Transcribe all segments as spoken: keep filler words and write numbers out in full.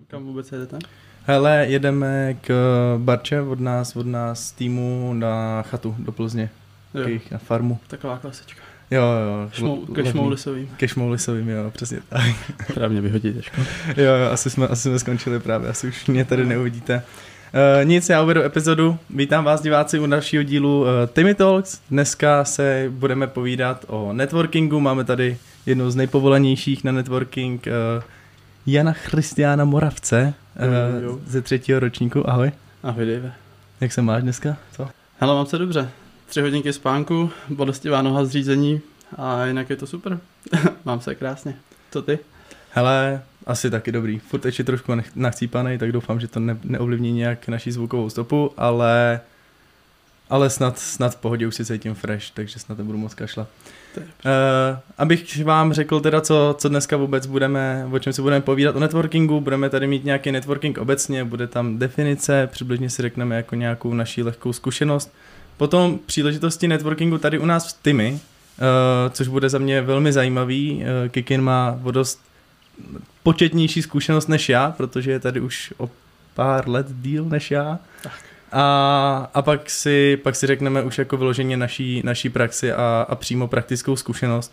Kam vůbec jedete? Hele, jedeme k Barče od nás, od nás z týmu na chatu do Plzně. Jo. Na farmu. Taková klasička. Jo, jo. Šmou, ke Šmoulisovým. Ke Šmoulisovým, jo, přesně tak. Právě vyhodit těžko. Jo, jo, asi jsme, asi jsme skončili právě, asi už mě tady neuvidíte. Uh, nic, já uvedu epizodu. Vítám vás, diváci, u dalšího dílu uh, Timmy Talks. Dneska se budeme povídat o networkingu. Máme tady jednou z nejpovolenějších na networking uh, Jana Christiana Moravce uh, jo, jo. ze třetího ročníku. Ahoj. Ahoj, Dave. Jak se máš dneska? Co? Hele, mám se dobře. Tři hodinky spánku, bolestivá noha z řízení a jinak je to super. Mám se krásně. Co ty? Hele, asi taky dobrý. Furt ještě trošku nachcípanej, tak doufám, že to ne, neovlivní nějak naší zvukovou stopu, ale, ale snad, snad v pohodě už si cítím fresh, takže snad nebudu moc kašlat. Uh, abych vám řekl teda, co, co dneska vůbec budeme, o čem si budeme povídat o networkingu, budeme tady mít nějaký networking obecně, bude tam definice, přibližně si řekneme jako nějakou naší lehkou zkušenost. Potom příležitosti networkingu tady u nás v Timmy, uh, což bude za mě velmi zajímavý. Uh, Kikin má o dost početnější zkušenost než já, protože je tady už o pár let díl než já. A, a pak, si, pak si řekneme už jako vyloženě naší, naší praxi a, a přímo praktickou zkušenost.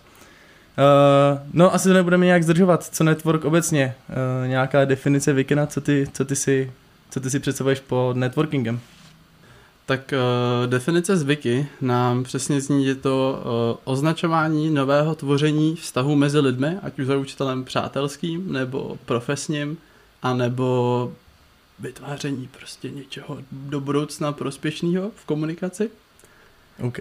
Uh, no asi to nebudeme nějak zdržovat. Co network obecně? Uh, nějaká definice Vikina, co ty, co ty si, co ty si představuješ pod networkingem? Tak uh, definice z Wiki nám přesně zní, je to uh, označování nového tvoření vztahu mezi lidmi, ať už za účelem přátelským, nebo profesním, anebo vytváření prostě něčeho do budoucna prospěšného v komunikaci. OK.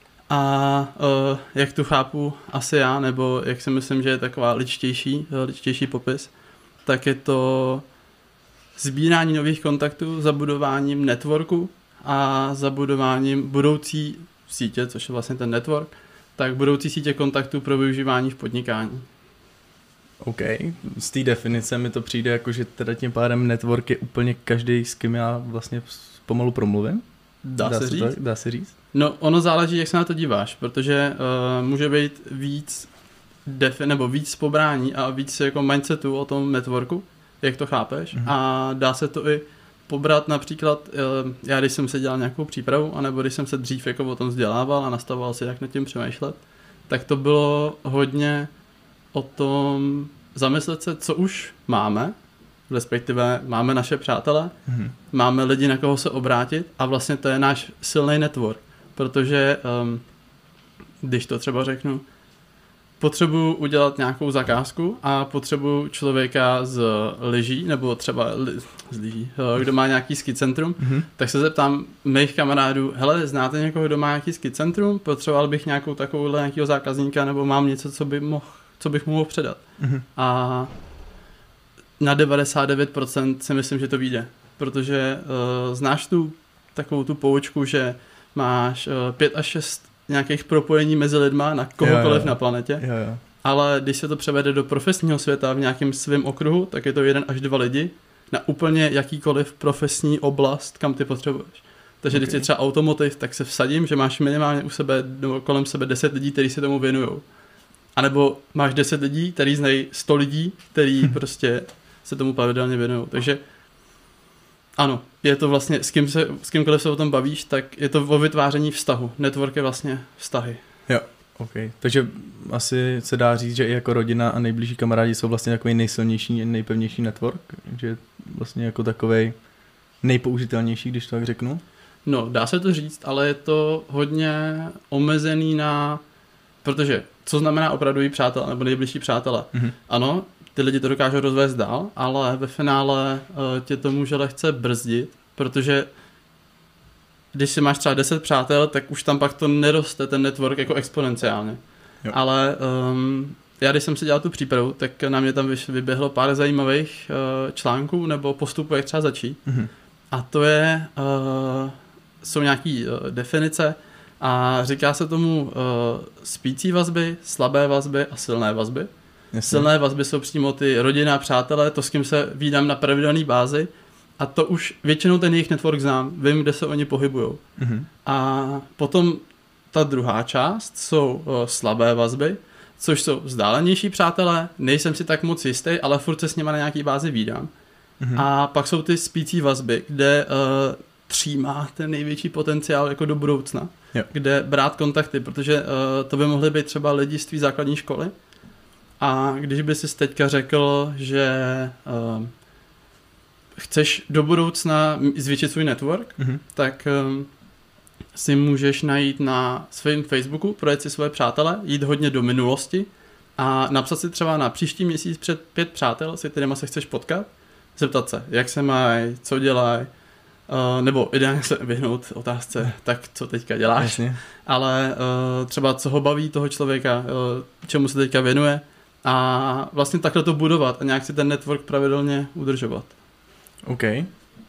A uh, jak tu chápu asi já, nebo jak si myslím, že je taková ličtější, ličtější popis, tak je to sbírání nových kontaktů, zabudováním networku, a zabudováním budoucí sítě, což je vlastně ten network, tak budoucí sítě kontaktů pro využívání v podnikání. OK, z té definice mi to přijde jako, že teda tím pádem network je úplně každý, s kým já vlastně pomalu promluvím. Dá, dá se říct? To, dá se říct? No, ono záleží, jak se na to díváš, protože uh, může být víc defi- nebo víc pobrání a víc jako mindsetu o tom networku, jak to chápeš, mm-hmm. a dá se to i pobrat například, já když jsem se dělal nějakou přípravu, anebo když jsem se dřív jako o tom vzdělával a nastavoval si, jak nad tím přemýšlet, tak to bylo hodně o tom zamyslet se, co už máme, respektive máme naše přátele, mm-hmm. máme lidi, na koho se obrátit a vlastně to je náš silný network, protože um, když to třeba řeknu, potřebuji udělat nějakou zakázku a potřebuji člověka z lyží, nebo třeba li, z lyží, kdo má nějaký ski centrum, mm-hmm. tak se zeptám mých kamarádů, hele, znáte někoho, kdo má nějaký ski centrum? Potřeboval bych nějakou takovouhle nějakého zákazníka, nebo mám něco, co, by mohl, co bych mohl předat. Mm-hmm. A na devadesát devět procent si myslím, že to vyjde, protože uh, znáš tu takovou tu poučku, že máš uh, pět až šest nějakých propojení mezi lidma na kohokoliv jo, jo. na planetě, jo, jo. ale když se to převede do profesního světa v nějakém svém okruhu, tak je to jeden až dva lidi na úplně jakýkoliv profesní oblast, kam ty potřebuješ. Takže okay. když je třeba automotiv, tak se vsadím, že máš minimálně u sebe, nebo kolem sebe deset lidí, kteří se tomu věnujou. A nebo máš deset lidí, který znají sto lidí, který prostě se tomu pravidelně věnují. Takže ano, je to vlastně, s, kým se, s kýmkoliv se o tom bavíš, tak je to o vytváření vztahu. Network je vlastně vztahy. Jo, ok. Takže asi se dá říct, že i jako rodina a nejbližší kamarádi jsou vlastně takový nejsilnější, nejpevnější network, že vlastně jako takovej nejpoužitelnější, když to tak řeknu. No, dá se to říct, ale je to hodně omezený na, protože co znamená opravdový přátel nebo nejbližší přátelé. Mm-hmm. Ano, ty lidi to dokážou rozvést dál, ale ve finále uh, tě to může lehce brzdit, protože když si máš třeba deset přátel, tak už tam pak to neroste, ten network jako exponenciálně. Jo. Ale um, já když jsem si dělal tu přípravu, tak na mě tam vyběhlo pár zajímavých uh, článků nebo postupů, jak třeba začít. Mm-hmm. A to je, uh, jsou nějaký uh, definice a říká se tomu uh, spící vazby, slabé vazby a silné vazby. Jasně. Silné vazby jsou přímo ty rodina, přátelé, to s kým se vídám na pravidelné bázi a to už většinou ten jejich network znám, vím, kde se oni pohybujou. Mm-hmm. A potom ta druhá část jsou uh, slabé vazby, což jsou vzdálenější přátelé, nejsem si tak moc jistý, ale furt se s nimi na nějaký bázi vídám. Mm-hmm. A pak jsou ty spící vazby, kde uh, tří má ten největší potenciál jako do budoucna, jo. kde brát kontakty, protože uh, to by mohly být třeba lidi z tvý základní školy. A když by si teďka řekl, že uh, chceš do budoucna zvětšit svůj network, mm-hmm. tak um, si můžeš najít na svém Facebooku, projet si svoje přátele, jít hodně do minulosti a napsat si třeba na příští měsíc před pět přátel, se kterýma se chceš potkat, zeptat se, jak se mají, co dělají, uh, nebo ideálně se vyhnout otázce, tak co teďka děláš, Jasně. ale uh, třeba co ho baví toho člověka, uh, čemu se teďka věnuje a vlastně takhle to budovat a nějak si ten network pravidelně udržovat. OK. Uh,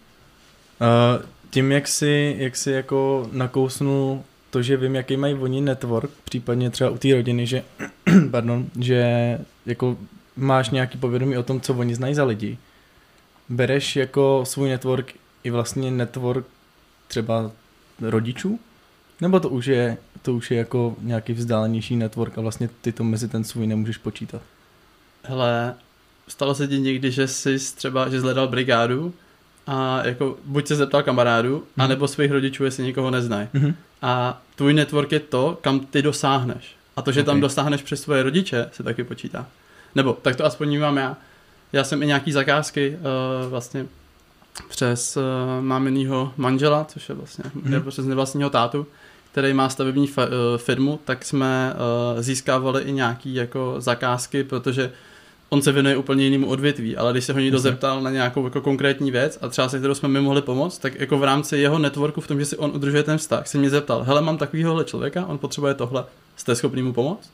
tím, jak si, jak si jako nakousnul to, že vím, jaký mají oni network, případně třeba u té rodiny, že, pardon, že jako máš nějaký povědomí o tom, co oni znají za lidi. Bereš jako svůj network i vlastně network třeba rodičů? Nebo to už je, to už je jako nějaký vzdálenější network a vlastně ty to mezi ten svůj nemůžeš počítat? Hele, stalo se ti někdy, že jsi třeba, že zhledal brigádu a jako buď se zeptal kamarádu, mm. anebo svých rodičů, jestli někoho neznají. Mm-hmm. A tvůj network je to, kam ty dosáhneš. A to, že okay. tam dosáhneš přes svoje rodiče, se taky počítá. Nebo tak to aspoň vnímám já. Já jsem i nějaký zakázky uh, vlastně přes uh, máminýho manžela, což je vlastně mm. je přes nevlastního tátu, který má stavební fa- uh, firmu, tak jsme uh, získávali i nějaký jako zakázky, protože on se věnuje úplně jinému odvětví, ale když se ho někdo zeptal na nějakou jako konkrétní věc a třeba se kterou jsme my mohli pomoct, tak jako v rámci jeho networku v tom, že si on udržuje ten vztah, se mě zeptal, hele, mám takovýhohle člověka, on potřebuje tohle, jste schopný mu pomoct?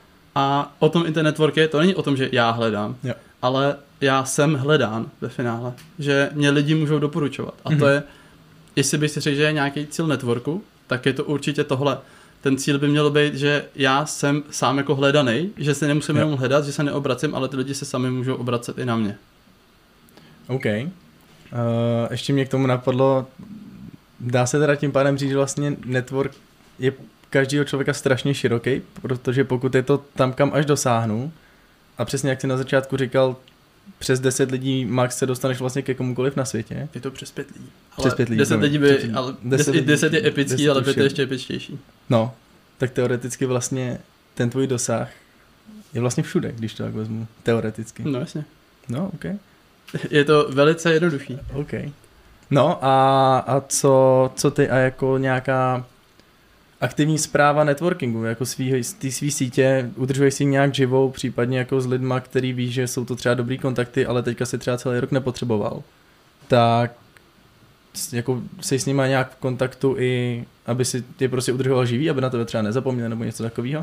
A o tom i ten network je, to není o tom, že já hledám, jo. ale já jsem hledán ve finále, že mě lidi můžou doporučovat. A mm-hmm. to je, jestli bych si řekl, že je nějaký cíl networku, tak je to určitě tohle. Ten cíl by měl být, že já jsem sám jako hledaný, že se nemusím jo. jenom hledat, že se neobracím, ale ty lidi se sami můžou obracet i na mě. OK. Uh, ještě mě k tomu napadlo, dá se teda tím pádem říct, že vlastně network je každého člověka strašně široký, protože pokud je to tam, kam až dosáhnu, a přesně jak jsi na začátku říkal, přes deset lidí max se dostaneš vlastně ke komukoliv na světě. Je to přes pět lidí. Přes pět lidí. deset lidí by, ale deset, deset je epický, deset ale pět je ještě epičtější. No, tak teoreticky vlastně ten tvůj dosah je vlastně všude, když to tak vezmu. Teoreticky. No jasně. No, OK. Je to velice jednoduchý. OK. No a, a co, co ty a jako nějaká aktivní správa networkingu, jako svý, ty svý sítě, udržuješ si nějak živou, případně jako s lidma, který ví, že jsou to třeba dobrý kontakty, ale teďka si třeba celý rok nepotřeboval. Tak jako jsi s nima nějak v kontaktu i, aby si tě prostě udržoval živý, aby na tebe třeba nezapomněl nebo něco takového?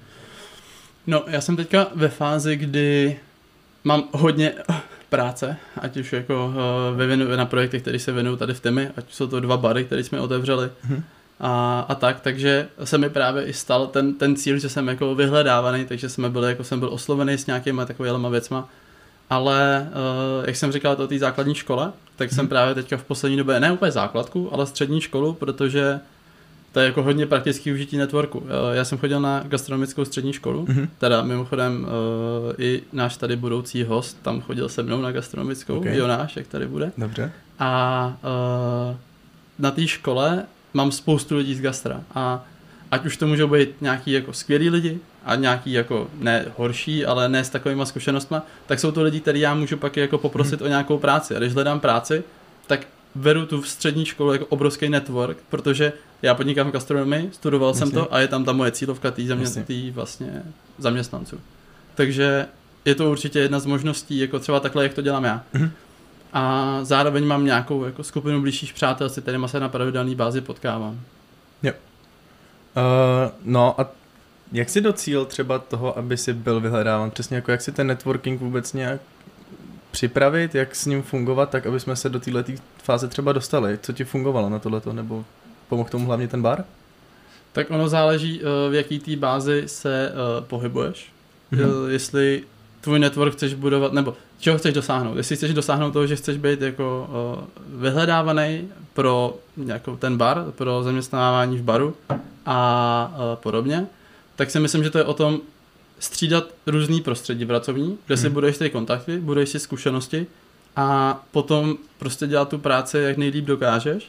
No, já jsem teďka ve fázi, kdy mám hodně práce, ať už jako uh, vyvinu na projektech, které se věnují tady v Tymi, ať jsou to dva bary, které jsme otevřeli, hmm. A, a tak, takže se mi právě i stal ten, ten cíl, že jsem jako vyhledávaný, takže jsme byli, jako jsem byl oslovený s nějakýma takovýma věcma, ale uh, jak jsem říkal o té základní škole, tak hmm. jsem právě teďka v poslední době, ne úplně základku, ale střední školu, protože to je jako hodně praktický užití networku. Uh, já jsem chodil na gastronomickou střední školu, hmm. teda mimochodem uh, i náš tady budoucí host tam chodil se mnou na gastronomickou, okay. Jonáš, jak tady bude. Dobře. A uh, na té škole mám spoustu lidí z gastra a ať už to můžou být nějaký jako skvělí lidi a nějaký jako ne horší, ale ne s takovýma zkušenostma, tak jsou to lidi, který já můžu pak jako poprosit hmm. o nějakou práci. A když hledám práci, tak vedu tu střední školu jako obrovský network, protože já podnikám v gastronomii, studoval Jasně. jsem to a je tam ta moje cílovka tý, zamě- tý vlastně zaměstnanců. Takže je to určitě jedna z možností, jako třeba takhle, jak to dělám já. Hmm. A zároveň mám nějakou jako skupinu blížších přátel, s kterými se na pravidelné bázi potkávám. Jo. Uh, no a jak jsi docílil třeba toho, aby si byl vyhledáván? Přesně jako jak si ten networking vůbec nějak připravit, jak s ním fungovat, tak aby jsme se do této fáze třeba dostali? Co ti fungovalo na tohleto? Nebo pomohl tomu hlavně ten bar? Tak ono záleží, v jaký té bázi se uh, pohybuješ. Mm-hmm. Jestli tvůj network chceš budovat, nebo čeho chceš dosáhnout. Jestli chceš dosáhnout toho, že chceš být jako uh, vyhledávaný pro nějakou ten bar, pro zaměstnávání v baru a uh, podobně, tak si myslím, že to je o tom střídat různý prostředí pracovní, kde si hmm. buduješ ty kontakty, buduješ si zkušenosti a potom prostě dělat tu práci, jak nejlíp dokážeš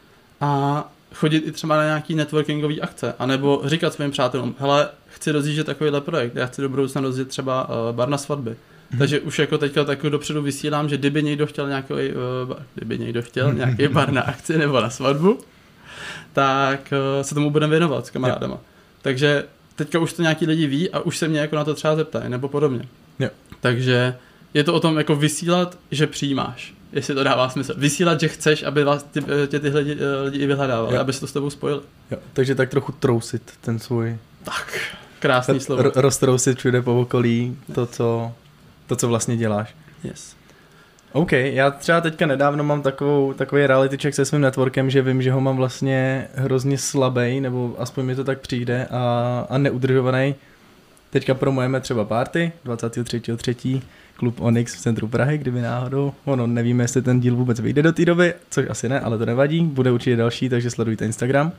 a chodit i třeba na nějaký networkingový akce, anebo říkat svým přátelům, hele, chci rozjíždět takovýhle projekt, já chci do budoucna rozjet třeba uh, bar na svatby. Mm-hmm. Takže už jako teďka takovou dopředu vysílám, že kdyby někdo chtěl nějaký, uh, kdyby někdo chtěl nějaký bar na akci nebo na svatbu, tak uh, se tomu budeme věnovat s kamarádama. Jo. Takže teďka už to nějaký lidi ví a už se mě jako na to třeba zeptají, nebo podobně. Jo. Takže je to o tom jako vysílat, že přijímáš, jestli to dává smysl. Vysílat, že chceš, aby vás ty, tě tyhle lidi, lidi i vyhledávali, jo. aby se to s tebou spojili. Jo. Takže tak trochu trousit ten svůj... Tak, krásný slovo. R- roztrousit všude po okolí to, co, to, co vlastně děláš. Yes. OK, já třeba teďka nedávno mám takovou, takový reality check se svým networkem, že vím, že ho mám vlastně hrozně slabý, nebo aspoň mi to tak přijde a, a neudržovaný. Teďka promujeme třeba party dvacátého třetího třetího klub Onyx v centru Prahy, kdyby náhodou, ono nevíme, jestli ten díl vůbec vyjde do té doby, což asi ne, ale to nevadí, bude určitě další, takže sledujte Instagram. Uh,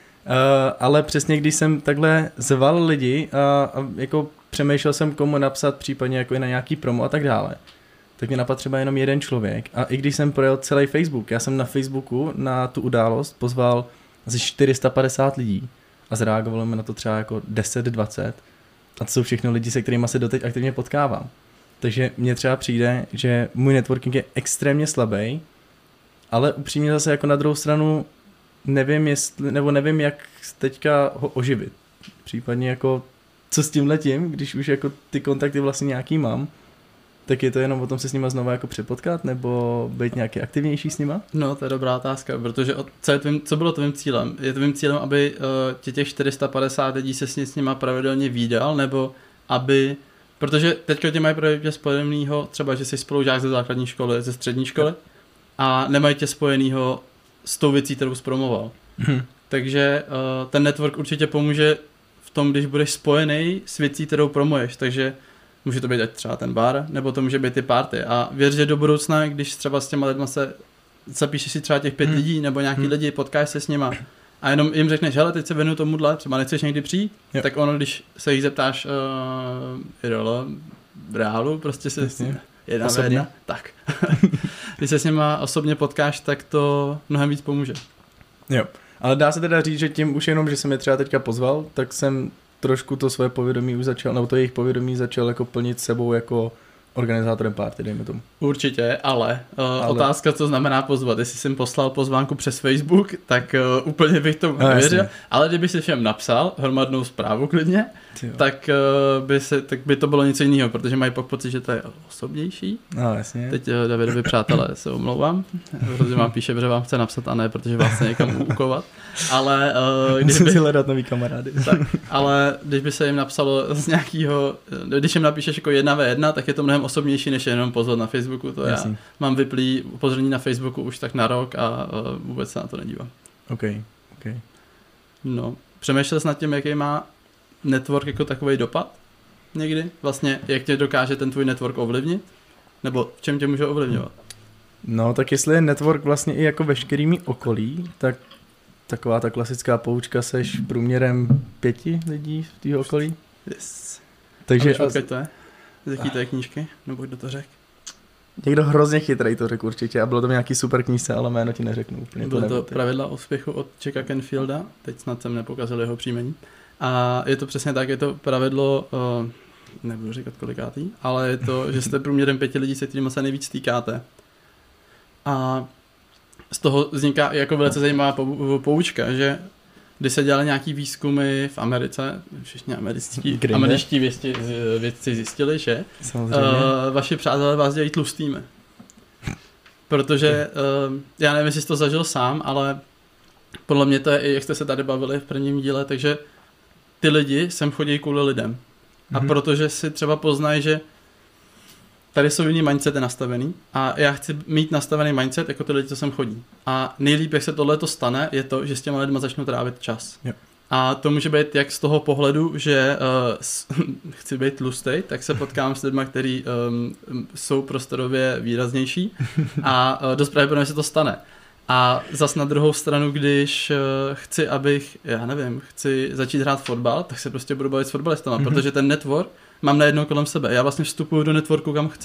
ale přesně když jsem takhle zval lidi a, a jako přemýšlel jsem, komu napsat, případně jako i na nějaký promo a tak dále, tak mě napadl třeba jenom jeden člověk a i když jsem projel celý Facebook, já jsem na Facebooku na tu událost pozval asi čtyři sta padesát lidí a zareagovalo mi na to třeba jako deset dvacet a to jsou všechno lidi, se kterými se doteď aktivně potkávám. Takže mně třeba přijde, že můj networking je extrémně slabý, ale upřímně zase jako na druhou stranu nevím, jestli, nebo nevím, jak teďka ho oživit. Případně jako co s tím letím, když už jako ty kontakty vlastně nějaký mám, tak je to jenom o tom se s nima znova jako přepotkat, nebo být nějaký aktivnější s nima? No, to je dobrá otázka, protože co, je tvým, co bylo tvým cílem? Je tvým cílem, aby uh, tě těch čtyři sta padesát lidí se s nima pravidelně vídal, nebo aby, protože teďka tě mají pravidelně spojenýho, třeba, že jsi spolužák ze základní školy, ze střední školy, a nemají tě spojenýho s tou věcí, kterou zpromoval. Hmm. Takže uh, ten network určitě pomůže v tom, když budeš spojený s věcí, kterou promuješ, takže může to být ať třeba ten bar, nebo to může být ty party. A věř, že do budoucna, když třeba s těma lidma se zapíšeš si třeba těch pět hmm. lidí, nebo nějaký hmm. lidi, potkáš se s nima a jenom jim řekneš, hele, teď se věnuju tomuhle, třeba nechceš někdy přijít, jo. tak ono, když se jich zeptáš uh, idolo, v reálu, prostě se s ním, jedna ve jedna, tak. Když se s nima osobně potkáš, tak to mnohem víc pomůže. Jo, ale dá se teda říct, že tím už jenom, že jsem je třeba teďka pozval, tak jsem trošku to svoje povědomí už začal, nebo to jejich povědomí začal jako plnit sebou jako organizátorem party, dejme tomu. Určitě, ale, uh, ale otázka, co znamená pozvat. Jestli jsem poslal pozvánku přes Facebook, tak uh, úplně bych tomu no, nevěřil, ale kdyby si všem napsal hromadnou zprávu klidně, tak, uh, by se, tak by to bylo něco jiného, protože mají pak pocit, že to je osobnější. No, jasně. Teď uh, Davidovi přátelé se omlouvám, protože vám píše, že vám chce napsat a ne, protože vás chce někam úkovat. Ale uh, když musím by, si hledat nový kamarády. Tak, ale když by se jim napsalo z nějakého, když jim napíšeš jako jedna ve jedna, tak je to mnohem osobnější, než jenom pozvat na Facebooku. To Jasný. Já mám vyplý upozornění na Facebooku už tak na rok a uh, vůbec se na to nedívám. OK, OK. No, přemýšlel jsi nad tím, jaký má network jako takovej dopad někdy? Vlastně, jak tě dokáže ten tvůj network ovlivnit? Nebo v čem tě může ovlivňovat? No, tak jestli je network vlastně i jako veškerými okolí, tak taková ta klasická poučka, seš průměrem pěti lidí v tého okolí. Yes. Takže a as... to je? Z jaký to je knížky? Nebo kdo to řekl? Někdo hrozně chytrý to řekl určitě a bylo to v nějaký super knížce, ale jméno ti neřeknu úplně. Bylo to, to pravidla úspěchu od Jacka Canfielda, teď snad jsem nepokazil jeho příjmení. A je to přesně tak, je to pravidlo, uh, nebudu říkat kolikátý, ale je to, že jste průměrem pěti lidí, se kterými se nejvíc týkáte. A z toho vzniká jako velice zajímavá poučka, že když se dělali nějaký výzkumy v Americe, všichni američtí, američtí vědci, vědci zjistili, že uh, vaši přátelé vás dělají tlustými. Protože, uh, já nevím, jestli jsi to zažil sám, ale podle mě to je i, jak jste se tady bavili v prvním díle, takže ty lidi sem chodí kvůli lidem. A mm-hmm. protože si třeba poznají, že tady jsou jiný mindsety nastavený a já chci mít nastavený mindset jako ty lidi, co sem chodí. A nejlíp, jak se tohleto stane, je to, že s těma lidma začnu trávit čas. Jo. A to může být jak z toho pohledu, že uh, s, chci být tlustej, tak se potkám s lidma, kteří um, jsou prostorově výraznější a uh, dost pravděpodobně se to stane. A zas na druhou stranu, když uh, chci, abych, já nevím, chci začít hrát fotbal, tak se prostě budu bavit s fotbalistama, mm-hmm. protože ten network mám najednou kolem sebe. Já vlastně vstupuju do networku, kam chci.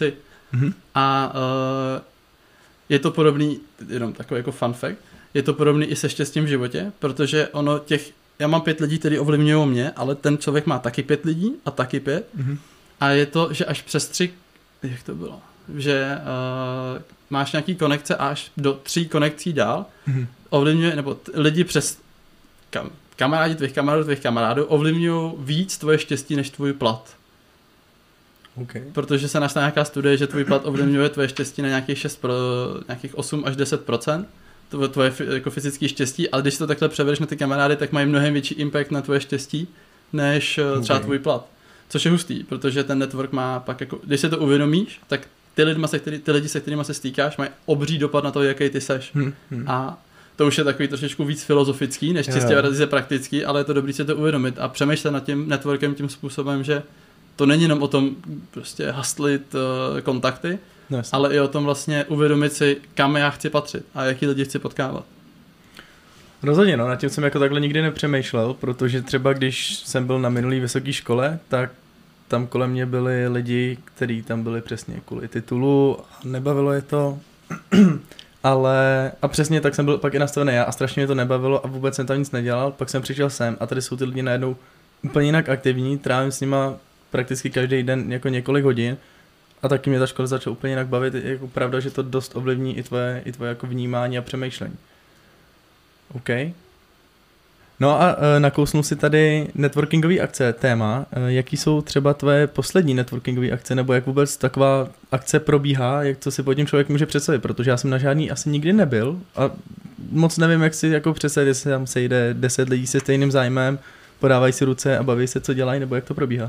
Mm-hmm. A uh, je to podobný, jenom takový jako fun fact, je to podobný i se štěstím v životě, protože ono těch, já mám pět lidí, kteří ovlivňují mě, ale ten člověk má taky pět lidí a taky pět. Mm-hmm. A je to, že až přes tři, jak to bylo, že uh, máš nějaký konekce a až do tří konekcí dál mm-hmm. ovlivňuje, nebo t- lidi přes kam, kamarádi tvých kamarádů, tvých kamarádů ovlivňují víc tvoje štěstí než tvůj plat. Okay. Protože se našla nějaká studie, že tvůj plat ovlivňuje tvoje štěstí na nějakých, šest pro, nějakých osm až deset procent. To tvoje jako fyzické štěstí, ale když si to takhle převedeš na ty kamarády, tak mají mnohem větší impact na tvoje štěstí, než třeba okay. tvůj plat. Což je hustý, protože ten network má pak jako, když si to uvědomíš, tak ty, lidma, se který, ty lidi, se kterými se stýkáš, mají obří dopad na to, jaký ty seš. Hmm, hmm. A to už je takový trošičku víc filozofický, než čistě velice praktický, ale je to dobrý si to uvědomit a přemýšlet nad tím networkem tím způsobem, že to není jenom o tom prostě hustlit uh, kontakty, no, ale i o tom vlastně uvědomit si, kam já chci patřit a jaký lidi chci potkávat. Rozhodně, no, nad tím jsem jako takhle nikdy nepřemýšlel, protože třeba když jsem byl na minulý vysoké škole, tak tam kolem mě byli lidi, kteří tam byli přesně kvůli titulu a nebavilo je to, ale a přesně tak jsem byl pak i nastavený já a strašně mě to nebavilo a vůbec jsem tam nic nedělal, pak jsem přišel sem a tady jsou ty lidi najednou úplně jinak aktivní, trávím s nima prakticky každý den jako několik hodin a taky mě ta škola začala úplně jinak bavit, je jako pravda, že to dost ovlivní i tvoje, i tvoje jako vnímání a přemýšlení. OK. No a e, nakousnu si tady networkingové akce téma. E, jaký jsou třeba tvoje poslední networkingové akce, nebo jak vůbec taková akce probíhá, jak to si pod tím člověk může představit, protože já jsem na žádný asi nikdy nebyl a moc nevím, jak si jako představit, jestli tam sejde deset lidí se stejným zájmem, podávají si ruce a baví se, co dělají, nebo jak to probíhá.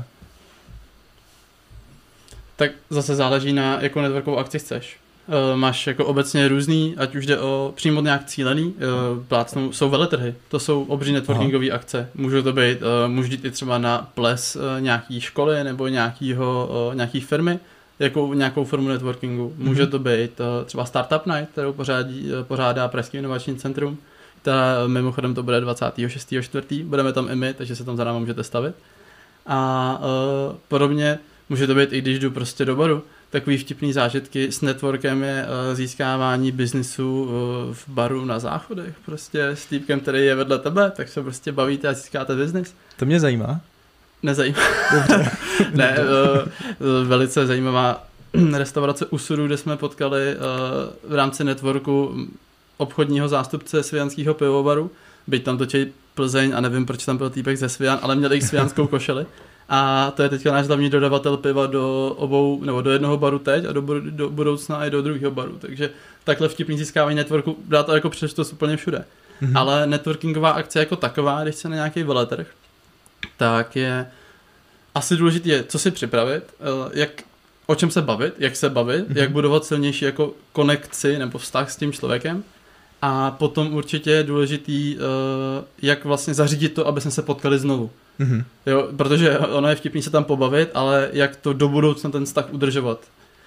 Tak zase záleží na jakou networkovou akci chceš. Uh, máš jako obecně různý, ať už jde o přímo nějak cílený, uh, plácnou, jsou veletrhy, to jsou obří networkingové akce. Můžou to být, uh, můžu jít i třeba na ples uh, nějaký školy nebo nějakýho, uh, nějaký firmy, jako nějakou formu networkingu. Může mm-hmm. to být uh, třeba Startup Night, kterou pořádí, uh, pořádá Pražské inovační centrum. Ta, mimochodem to bude dvacátého šestého čtvrtého Budeme tam i my, takže se tam za náma můžete stavit. A uh, podobně může to být i když jdu prostě do baru. Takový vtipný zážitky s networkem je uh, získávání biznisu uh, v baru na záchodech. Prostě s týpkem, který je vedle tebe, tak se prostě bavíte a získáte biznis. To mě zajímá. Nezajímá. Ne, uh, velice zajímavá restaurace Usudu, kde jsme potkali uh, v rámci networku obchodního zástupce Svijanského pivovaru. Byť tam točí Plzeň a nevím, proč tam byl týpek ze Svijan, ale měli jich svijanskou košeli. A to je teďka náš hlavní dodavatel piva do obou, nebo do jednoho baru teď a do, do budoucna a i do druhého baru. Takže takhle vtipný získávání networku dá to jako příležitost úplně všude. Mm-hmm. Ale networkingová akce jako taková, když se na nějaký veletrh, tak je asi důležité je, co si připravit, jak, o čem se bavit, jak se bavit, mm-hmm. jak budovat silnější jako konekci nebo vztah s tím člověkem. A potom určitě je důležitý, jak vlastně zařídit to, aby jsme se potkali znovu. Mm-hmm. Jo, protože ono je vtipný se tam pobavit, ale jak to do budoucna ten vztah udržovat.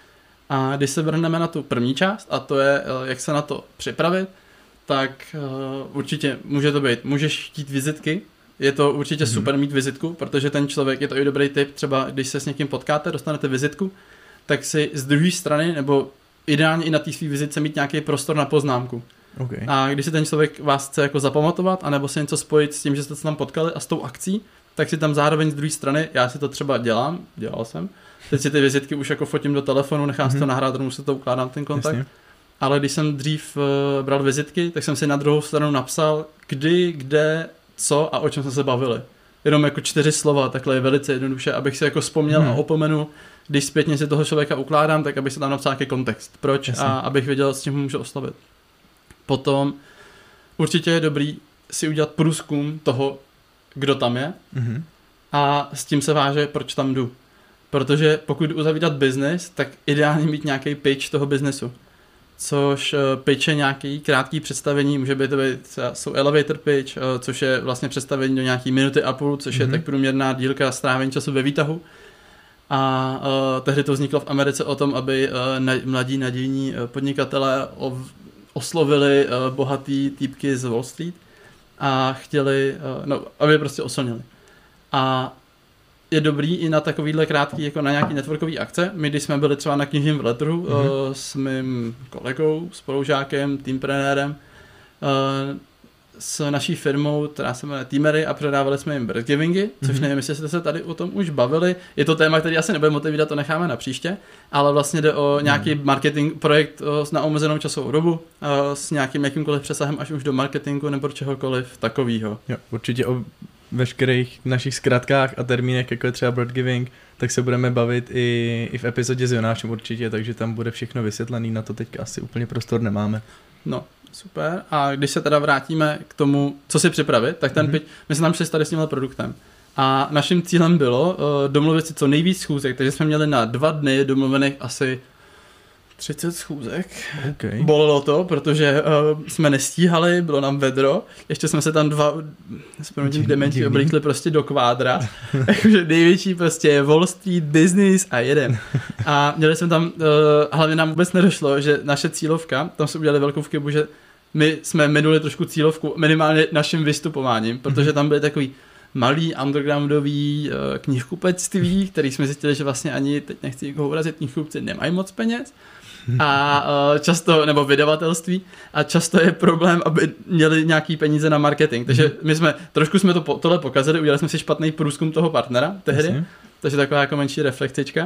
A když se vrhneme na tu první část, a to je, jak se na to připravit, tak uh, určitě může to být, můžeš chtít vizitky, je to určitě mm-hmm. super mít vizitku, protože ten člověk, je to i dobrý tip, třeba když se s někým potkáte, dostanete vizitku, tak si z druhé strany, nebo ideálně i na té svý vizitce mít nějaký prostor na poznámku. Okay. A když si ten člověk vás chce jako zapamatovat, anebo si něco spojit s tím, že jste se tam potkali a s tou akcí, tak si tam zároveň z druhé strany, já si to třeba dělám, dělal jsem, teď si ty vizitky už jako fotím do telefonu, nechám mm-hmm. si to nahrát, rovnou si to ukládám ten kontakt. Jasně. Ale když jsem dřív uh, bral vizitky, tak jsem si na druhou stranu napsal, kdy, kde, co a o čem jsme se bavili. Jenom jako čtyři slova, takhle je velice jednoduše, abych si jako vzpomněl hmm. a opomenul, když zpětně si toho člověka ukládám, tak abych si tam napsal nějaký kontext. Proč Jasně. a abych věděl, s čím můžu oslovit. Potom určitě je dobrý si udělat průzkum toho, kdo tam je mm-hmm. a s tím se váže, proč tam jdu. Protože pokud jdu uzavírat biznis, tak ideálně mít nějaký pitch toho biznesu. Což pitch je nějaký krátký představení, může být, být jsou elevator pitch, což je vlastně představení do nějaký minuty a půl, což mm-hmm. je tak průměrná dílka strávení času ve výtahu. A uh, tehdy to vzniklo v Americe o tom, aby uh, na, mladí nadějní podnikatelé ov, oslovili uh, bohatý týpky z Wall Street a chtěli, uh, no, aby je prostě oslnili. A je dobrý i na takovýhle krátký, jako na nějaký networkový akce. My, když jsme byli třeba na knižním veletrhu mm-hmm. uh, s mým kolegou, spolužákem, teamprenérem, uh, s naší firmou, která se jmenuje Teamery, a předávali jsme jim birth givingy, což mm-hmm. nevím, jestli jste se tady o tom už bavili. Je to téma, který asi nebudeme otevírat, to necháme na příště, ale vlastně jde o nějaký mm. marketing projekt na omezenou časovou dobu s nějakým jakýmkoliv přesahem až už do marketingu nebo čehokoliv takového. Jo, určitě o veškerých našich zkratkách a termínech, jako je třeba birth giving, tak se budeme bavit i, i v epizodě s Jonášem určitě, takže tam bude všechno vysvětlený, na to teďka asi úplně prostor nemáme. No, super. A když se teda vrátíme k tomu, co si připravit, tak ten mm-hmm. pitch, my jsme tam šli tady s tímhle produktem. A naším cílem bylo uh, domluvit si co nejvíc schůzek, takže jsme měli na dva dny domluvených asi třicet schůzek. Okay. Bolelo to, protože uh, jsme nestíhali, bylo nám vedro, ještě jsme se tam dva, s dementi oblíkli prostě do kvádra, takže největší prostě je Wall Street, business a jedem. A měli jsme tam, uh, hlavně nám vůbec nedošlo, že naše cílovka, tam jsme udělali velkou chybu, že my jsme minuli trošku cílovku minimálně naším vystupováním, protože tam byly takový malý undergroundový uh, knihkupectví, který jsme zjistili, že vlastně ani, teď nechci někoho urazit, knihkupci nemají moc peněz. A uh, často, nebo vydavatelství, a často je problém, aby měli nějaký peníze na marketing. Takže my jsme, trošku jsme to po, tohle pokazili, udělali jsme si špatný průzkum toho partnera tehdy, Jasně. takže taková jako menší reflexička.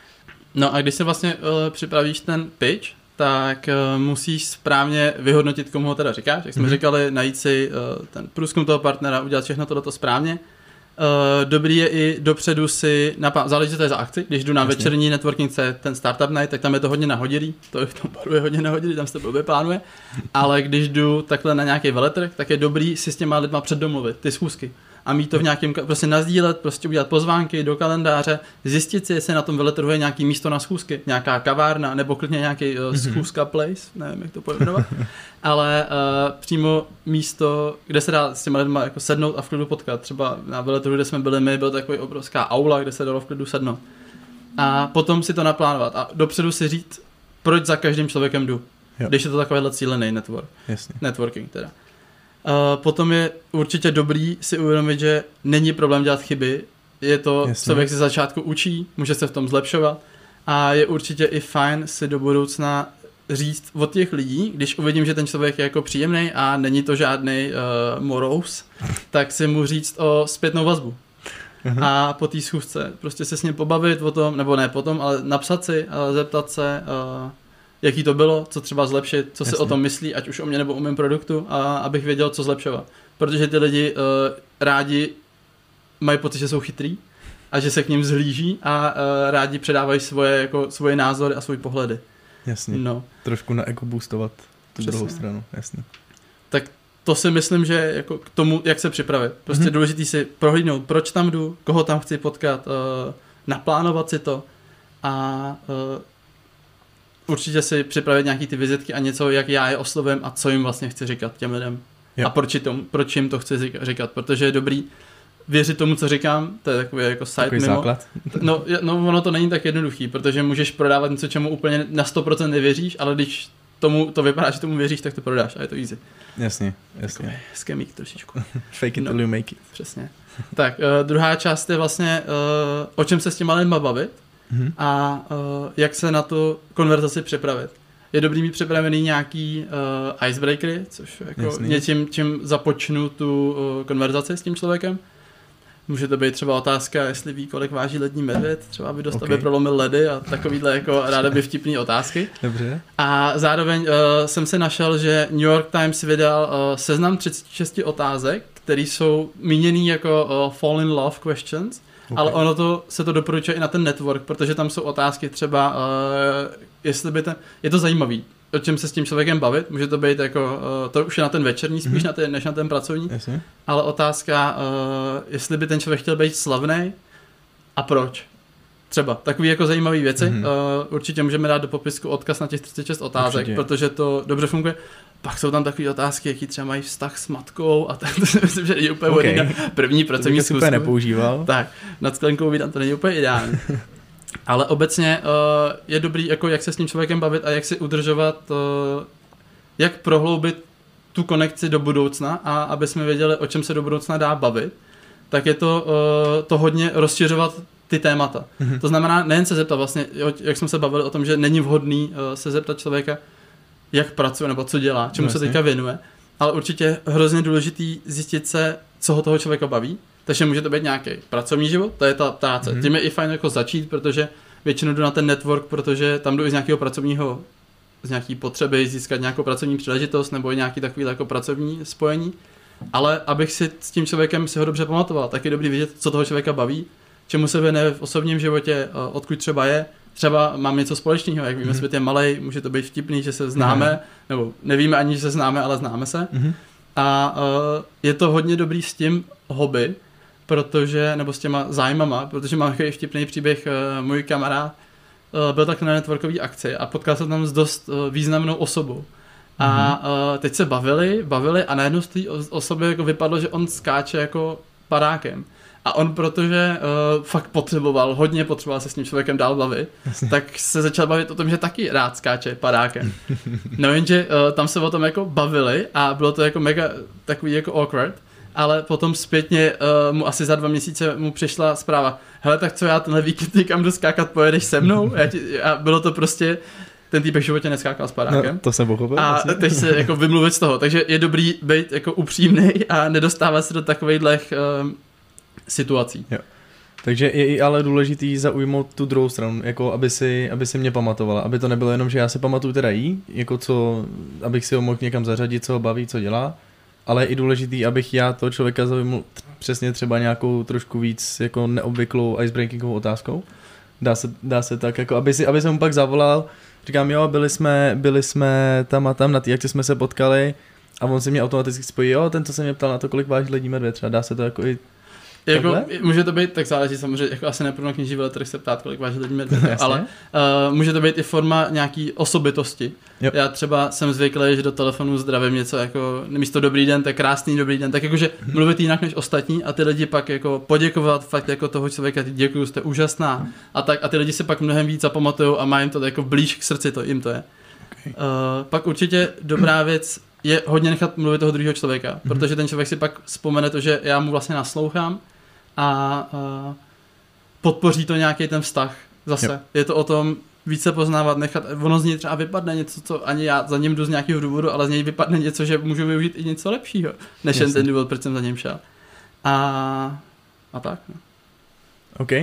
No a když se vlastně uh, připravíš ten pitch, tak uh, musíš správně vyhodnotit, komu ho teda říkáš. Jak jsme mm-hmm. říkali, najít si uh, ten průzkum toho partnera, udělat všechno tohleto správně. Uh, dobrý je i dopředu si, napá- záleží, co to je za akci, když jdu na Jasně. večerní networking, ten startup night, tak tam je to hodně nahodilý, to je v tom baru je hodně nahodilý, tam se to blbě plánuje, ale když jdu takhle na nějaký veletrh, tak je dobrý si s těma lidma předdomluvit ty schůzky a mít to v nějakém, prostě nazdílet, prostě udělat pozvánky do kalendáře, zjistit si, jestli na tom veletrhu je nějaký místo na schůzky, nějaká kavárna, nebo klidně nějaký uh, schůzka place, nevím, jak to pojmenovat, ale uh, přímo místo, kde se dá s těma lidma jako sednout a v klidu potkat. Třeba na veletrhu, kde jsme byli my, byl takový obrovská aula, kde se dalo v klidu sednout. A potom si to naplánovat a dopředu si říct, proč za každým člověkem jdu, jo. když je to takovýhle cílený network. Jasně. Networking teda. Uh, potom je určitě dobrý si uvědomit, že není problém dělat chyby, je to, Jasně. člověk se začátku učí, může se v tom zlepšovat a je určitě i fajn si do budoucna říct od těch lidí, když uvidím, že ten člověk je jako příjemný a není to žádný uh, morous, tak si mu říct o zpětnou vazbu. Uh-huh. A po té schůzce prostě se s ním pobavit o tom, nebo ne potom, ale napsat si a zeptat se, uh, jaký to bylo, co třeba zlepšit, co Jasně. si o tom myslí, ať už o mě nebo o mém produktu, a abych věděl, co zlepšovat. Protože ty lidi uh, rádi mají pocit, že jsou chytrý a že se k ním zhlíží a uh, rádi předávají svoje, jako, svoje názory a svoje pohledy. Jasně, no. trošku na ego boostovat tu Přesně. druhou stranu, jasně. Tak to si myslím, že jako k tomu, jak se připravit. Prostě mm-hmm. důležitý si prohlídnout, proč tam jdu, koho tam chci potkat, uh, naplánovat si to a uh, určitě si připravit nějaký ty vizitky a něco, jak já je oslovím a co jim vlastně chci říkat těm lidem. Jo. A proč, tomu, proč jim to chci říkat, protože je dobrý věřit tomu, co říkám, to je takový jako side takový mimo. základ. No, no, ono to není tak jednoduchý, protože můžeš prodávat něco, čemu úplně na sto procent nevěříš, ale když tomu to vypadá, že tomu věříš, tak to prodáš a je to easy. Jasně, jasně. Takový skemík trošičku. Fake it no, till you make it. Přesně. Tak, uh, druhá část je vlastně, uh, o čem se s těma lidma bavit mm-hmm. a uh, jak se na tu konverzaci připravit. Je dobrý mít připravený nějaký uh, icebreakery, což jako Jasný. něčím, čím započnu tu uh, konverzaci s tím člověkem. Může to být třeba otázka, jestli ví, kolik váží lední medvěd, třeba aby dost, okay. aby prolomil ledy a takovýhle jako ráda by vtipný otázky. Dobře. A zároveň uh, jsem se našel, že New York Times vydal uh, seznam třicet šest otázek, které jsou míněný jako uh, fall in love questions, okay. ale ono to, se to doporučuje i na ten network, protože tam jsou otázky třeba, uh, jestli by ten, je to zajímavý, o čem se s tím člověkem bavit, může to být jako, uh, to už je na ten večerní spíš, mm-hmm. na ten, než na ten pracovní, Jasně. ale otázka, uh, jestli by ten člověk chtěl být slavnej a proč. Třeba takový jako zajímavý věci, mm-hmm. uh, určitě můžeme dát do popisku odkaz na těch třicet šest otázek, určitě. Protože to dobře funguje. Pak jsou tam takové otázky, jaký třeba mají vztah s matkou a tak, to si myslím, že není úplně okay. na první pracovní zkusku. To bych nepoužíval. Tak, nad sklenkou vídám, to není úplně ideální. Ale obecně uh, je dobrý, jako jak se s tím člověkem bavit a jak si udržovat, uh, jak prohloubit tu konekci do budoucna a aby jsme věděli, o čem se do budoucna dá bavit. tak je to, uh, to hodně rozšiřovat ty témata. Mm-hmm. To znamená nejen se zeptat vlastně, jak jsme se bavili o tom, že není vhodný uh, se zeptat člověka, jak pracuje nebo co dělá, čemu no, se teďka věnuje, ale určitě hrozně důležitý zjistit se, co ho toho člověka baví. Takže může to být nějaký pracovní život, to je ta práce. Mm-hmm. Tím je i fajn jako začít, protože většinou jdu na ten network, protože tam jdu i z nějakého pracovního, z nějaký potřeby získat nějakou pracovní příležitost nebo i nějaký takový jako pracovní spojení. Ale abych si s tím člověkem si ho dobře pamatoval, tak je dobrý vidět, co toho člověka baví, čemu se věnuje v osobním životě, odkud třeba je. Třeba mám něco společného, jak víme, mm-hmm. svět je malej, může to být vtipný, že se známe, mm-hmm. nebo nevíme ani, že se známe, ale známe se. Mm-hmm. A uh, je to hodně dobrý s tím hobby, protože, nebo s těma zájmama, protože mám takový vtipný příběh, uh, můj kamarád uh, byl tak na networkové akci a potkal se tam s dost uh, významnou osobou. A uh, teď se bavili, bavili a najednou z té osoby jako vypadlo, že on skáče jako padákem. A on, protože uh, fakt potřeboval, hodně potřeboval se s tím člověkem dál bavit, tak se začal bavit o tom, že taky rád skáče padákem. No jenže uh, tam se o tom jako bavili a bylo to jako mega takový jako awkward, ale potom zpětně uh, mu asi za dva měsíce mu přišla zpráva, hele, tak co já tenhle víkend někam jdu skákat, pojedeš se mnou? Já ti, a bylo to prostě, ten týpek v životě neskákal s padákem. No, to jsem pochopil. A vlastně. Teď se jako vymluvit z toho, takže je dobrý být jako upřímnej a nedostávat se do takovejhlech uh, situací. Jo. Takže je i ale důležitý zaujmout tu druhou stranu, jako aby si, aby si mě pamatovala, aby to nebylo jenom, že já si pamatuju teda jí, jako co, abych si ho mohl někam zařadit, co ho baví, co dělá, ale je i důležitý, abych já toho člověka zaujmul přesně třeba nějakou trošku víc jako neobvyklou icebreakingovou otázkou. Dá se, dá se tak, jako aby, si, aby jsem mu pak zavolal, říkám, jo, byli jsme, byli jsme tam a tam, na té akci jsme se potkali a on se mě automaticky spojí, jo, ten, co se mě ptal na to, kolik váží ledí medvěd, třeba dá se to jako i jako, může to být, tak záleží samozřejmě, jako asi nepůjdu na kníží veletrh se ptát, kolik váží ledí medvěd, ale uh, může to být i forma nějaký osobitosti. Jo. Já třeba jsem zvyklý, že do telefonu zdravím něco jako místo dobrý den, tak krásný dobrý den, tak jakože mluvit jinak než ostatní a ty lidi pak jako poděkovat fakt jako toho člověka, ty děkuju, jste úžasná a tak a ty lidi se pak mnohem víc zapamatujou a mají to jako blíž k srdci, to jim to je. Okay. Uh, pak určitě dobrá věc je hodně nechat mluvit toho druhého člověka, mm-hmm. protože ten člověk si pak vzpomene to, že já mu vlastně naslouchám a uh, podpoří to nějaký ten vztah zase. Jo. Je to o tom více poznávat, nechat, ono z něj třeba vypadne něco, co ani já za ním jdu z nějakého důvodu, ale z něj vypadne něco, že můžu využít i něco lepšího, než jen ten důvod, proč jsem za ním šel. A, a tak. No. OK.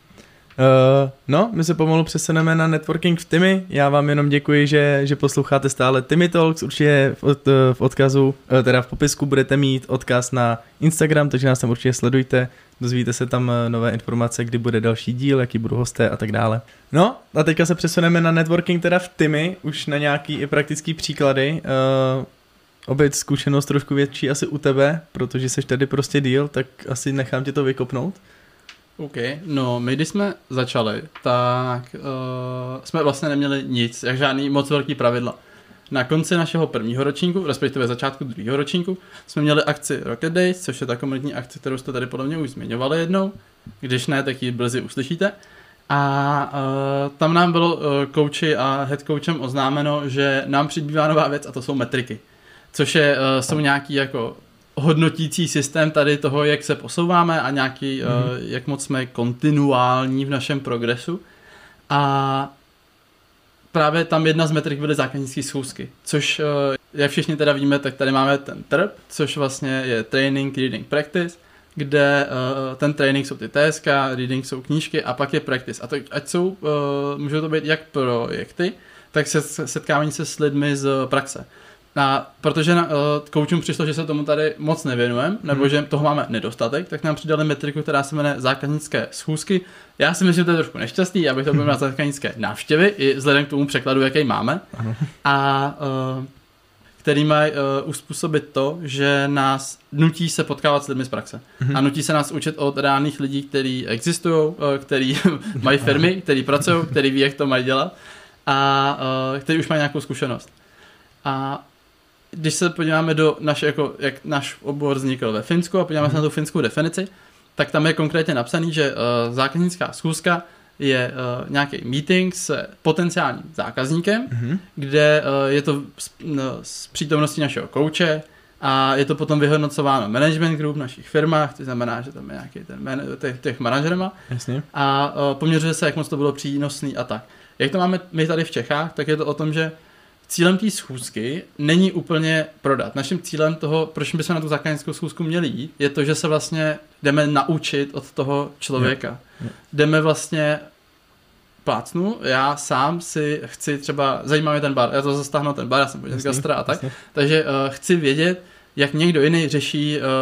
Uh, no, my se pomalu přesuneme na networking v Tymi. Já vám jenom děkuji, že, že posloucháte stále Tymi Talks. Určitě v, od, v odkazu, teda v popisku budete mít odkaz na Instagram, takže nás tam určitě sledujte. Dozvíte se tam nové informace, kdy bude další díl, jaký budou hosté a tak dále. No, a teďka se přesuneme na networking teda v Tymi, už na nějaký i praktický příklady. Uh, Opět zkušenost trošku větší asi u tebe, protože jsi tady prostě díl, tak asi nechám tě to vykopnout. OK, no my když jsme začali, tak uh, jsme vlastně neměli nic, jak žádný moc velký pravidla. Na konci našeho prvního ročníku, respektive začátku druhého ročníku, jsme měli akci Rocket Days, což je ta komunitní akce, kterou jste tady podle mě už zmiňovali jednou, když ne, tak ji brzy uslyšíte. A uh, tam nám bylo uh, kouči a head coachem oznámeno, že nám přibývá nová věc a to jsou metriky, což je, uh, jsou nějaký jako hodnotící systém tady toho, jak se posouváme a nějaký, mm-hmm. uh, jak moc jsme kontinuální v našem progresu. A právě tam jedna z metrik byly zákaznické schůzky, což, uh, jak všichni teda víme, tak tady máme ten T R P, což vlastně je Training, Reading, Practice, kde uh, ten training jsou ty T S K, reading jsou knížky a pak je practice. A to, ať jsou, uh, můžou to být jak projekty, tak se setkávání se s lidmi z praxe. A protože na, uh, koučům přišlo, že se tomu tady moc nevěnujeme, nebo hmm. že toho máme nedostatek, tak nám přidali metriku, která se jmenuje zákaznické schůzky. Já si myslím, že to je trošku nešťastný, abych to byl na zákaznické návštěvy, i vzhledem k tomu překladu, jaký máme. Ano. A uh, který mají uh, uspůsobit to, že nás nutí se potkávat s lidmi z praxe. Hmm. A nutí se nás učit od reálných lidí, kteří existují, uh, kteří mají firmy, kteří pracují, kteří ví, jak to mají dělat a uh, kteří už mají nějakou zkušenost. A když se podíváme do naše, jako, jak náš obor vznikl ve Finsku a podíváme mm. se na tu finskou definici, tak tam je konkrétně napsaný, že uh, zákaznická schůzka je uh, nějaký meeting s potenciálním zákazníkem, mm. kde uh, je to s, no, s přítomností našeho kouče, a je to potom vyhodnocováno management group v našich firmách, to znamená, že tam je nějaký ten man, těch, těch manažerma. Jasně. A uh, poměřuje se, jak moc to bylo přínosný a tak. Jak to máme my tady v Čechách, tak je to o tom, že cílem té schůzky není úplně prodat. Naším cílem toho, proč bychom na tu zákaznickou schůzku měli jít, je to, že se vlastně jdeme naučit od toho člověka. Je. Je. Jdeme vlastně plácnu, já sám si chci třeba, zajímá mě ten bar, já to zastáhnu ten bar, já jsem z gastra a tak, jasný. Takže uh, chci vědět, jak někdo jiný řeší uh,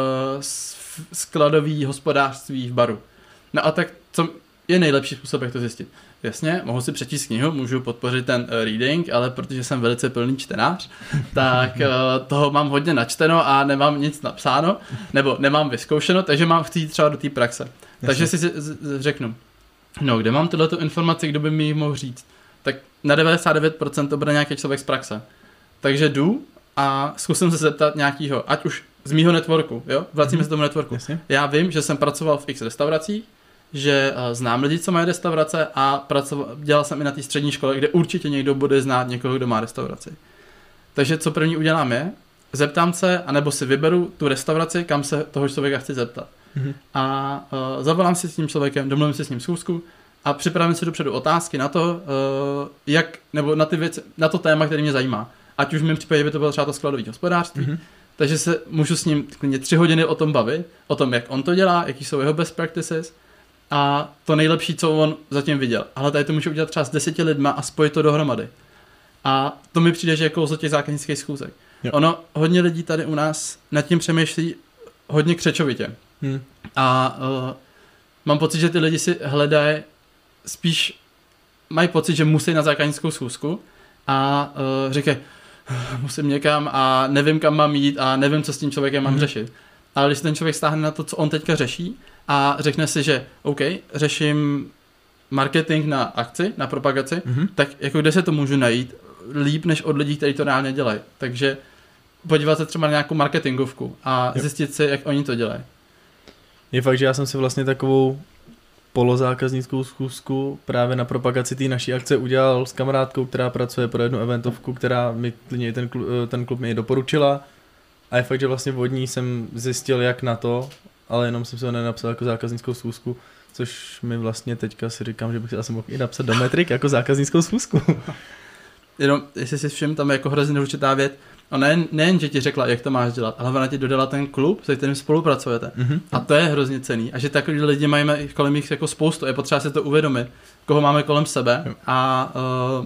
skladový hospodářství v baru. No a tak co je nejlepší způsob, jak to zjistit? Jasně, mohu si přečíst knihu, můžu podpořit ten uh, reading, ale protože jsem velice pilný čtenář, tak uh, toho mám hodně načteno a nemám nic napsáno, nebo nemám vyzkoušeno, takže mám chci jít třeba do té praxe. Jasně. Takže si z- z- řeknu, no, kde mám tyhleto informaci, kdo by mi ji mohl říct? Tak na devadesát devět procent to bude nějaký člověk z praxe. Takže jdu a zkusím se zeptat nějakýho, ať už z mýho networku, jo? Vracíme mm-hmm. se tomu networku. Jasně. Já vím, že jsem pracoval v X restauracích, že uh, znám lidi, co mají restaurace a pracoval, dělal jsem i na té střední škole, kde určitě někdo bude znát někoho, kdo má restauraci. Takže co první udělám je, zeptám se, anebo si vyberu tu restauraci, kam se toho člověka chci zeptat. Mm-hmm. A uh, zavolám si s tím člověkem, domluvím si s ním schůzku a připravím si dopředu otázky na to, uh, jak, nebo na ty věci, na to téma, který mě zajímá. Ať už v mém případě by to bylo třeba to skladové hospodářství, mm-hmm. takže se můžu s ním klidně tři hodiny o tom bavit, o tom, jak on to dělá, jaký jsou jeho best practices a to nejlepší, co on zatím viděl. Ale tady to můžu udělat třeba s deseti lidma a spojit to dohromady. A to mi přijde, že je kouzlo těch zákaznických schůzek. Jo. Ono, hodně lidí tady u nás nad tím přemýšlí hodně křečovitě. Hmm. A uh, mám pocit, že ty lidi si hledají, spíš mají pocit, že musí na zákaznickou schůzku a uh, říkají, musím někam a nevím, kam mám jít a nevím, co s tím člověkem mám hmm. řešit. Ale když ten člověk stáhne na to, co on teďka řeší a řekne si, že OK, řeším marketing na akci, na propagaci, mm-hmm. tak jako kde se to můžu najít líp, než od lidí, kteří to reálně dělají. Takže podívat se třeba na nějakou marketingovku a jo. zjistit si, jak oni to dělají. Je fakt, že já jsem si vlastně takovou polozákaznickou schůzku právě na propagaci té naší akce udělal s kamarádkou, která pracuje pro jednu eventovku, která mi ten klub, ten klub mi doporučila. A je fakt, že vlastně od ní jsem zjistil, jak na to, ale jenom jsem se ho nenapsal jako zákaznickou schůzku, což mi vlastně teďka si říkám, že bych si asi mohl i napsat do Metrik jako zákaznickou schůzku. Jenom, jestli si všim, tam je jako hrozně důležitá věc. Ona nejen, nejen, že ti řekla, jak to máš dělat, ale ona ti dodala ten klub, se kterým spolupracujete. Mm-hmm. A to je hrozně cenný. A že takový lidi máme kolem jich jako spoustu. Je potřeba si to uvědomit, koho máme kolem sebe a uh,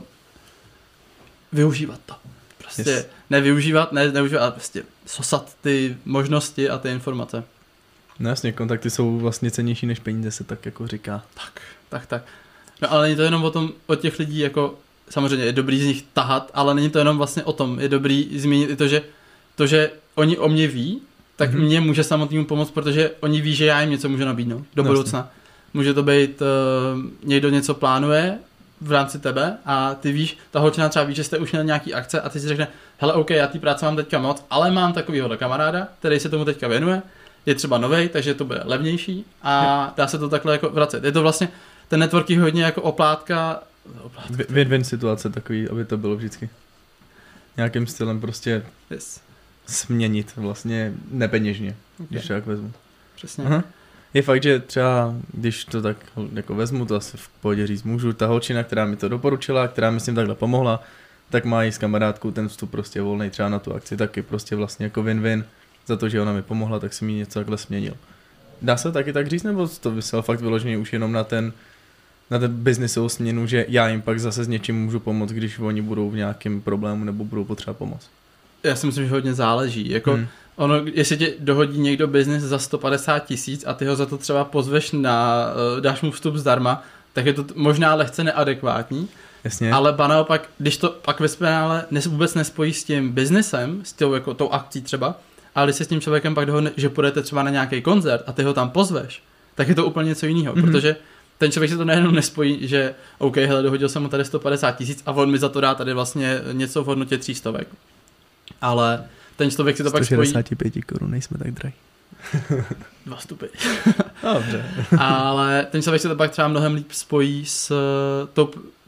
využívat to. Prostě yes. nevyužívat, ne, nevyužívat, ale prostě sosat ty možnosti a ty informace. No jasně, kontakty jsou vlastně cennější než peníze, se tak jako říká. Tak, tak, tak. No ale není to jenom o tom, od těch lidí jako, samozřejmě je dobrý z nich tahat, ale není to jenom vlastně o tom, je dobrý zmínit i to, že to, že oni o mě ví, tak mm-hmm. mě může samotnému pomoct, protože oni ví, že já jim něco můžu nabídnout do no budoucna. Jasně. Může to být, uh, někdo něco plánuje v rámci tebe a ty víš, ta holčina třeba ví, že jste už měl nějaký akce a ty si řekne, hele, OK, já té práce mám teďka moc, ale mám takovýho kamaráda, který se tomu teďka věnuje, je třeba novej, takže to bude levnější a dá se to takhle jako vracet. Je to vlastně, ten networking hodně jako oplátka. oplátka. Win-win situace takový, aby to bylo vždycky. Nějakým stylem prostě yes. směnit vlastně nepeněžně, okay. když to tak vezmu. Přesně. Aha. Je fakt, že třeba, když to tak jako vezmu, to asi v pohodě říct můžu, ta holčina, která mi to doporučila, která mi s tím takhle pomohla, tak má i s kamarádkou ten vstup prostě volnej třeba na tu akci, taky prostě vlastně jako win-win. Za to, že ona mi pomohla, tak si mi něco takhle směnil. Dá se taky tak říct, nebo to vysel fakt vyloženě už jenom na ten, na ten biznisovou směnu, že já jim pak zase s něčím můžu pomoct, když oni budou v nějakém problému nebo budou potřeba pomoct? Já si myslím, že hodně záleží. Jako hmm. ono, jestli ti dohodí někdo biznis za sto padesát tisíc a ty ho za to třeba pozveš na, dáš mu vstup zdarma, tak je to možná lehce neadekvátní. Jasně. Ale ba naopak, když to pak ve finále vůbec nespojí s tím biznesem, s tou, jako, tou akcí třeba, ale když se s tím člověkem pak dohodne, že půjdete třeba na nějaký koncert a ty ho tam pozveš, tak je to úplně něco jiného, mm-hmm. protože ten člověk se to nejenom nespojí, že OK, hele, dohodil jsem mu tady sto padesát tisíc a on mi za to dá tady vlastně něco v hodnotě tří stovek. Ale ten člověk si to pak spojí... sto šedesát pět korun, nejsme tak drahí. Dva stupy. Dobře. Ale ten člověk se to pak třeba mnohem líp spojí s tou,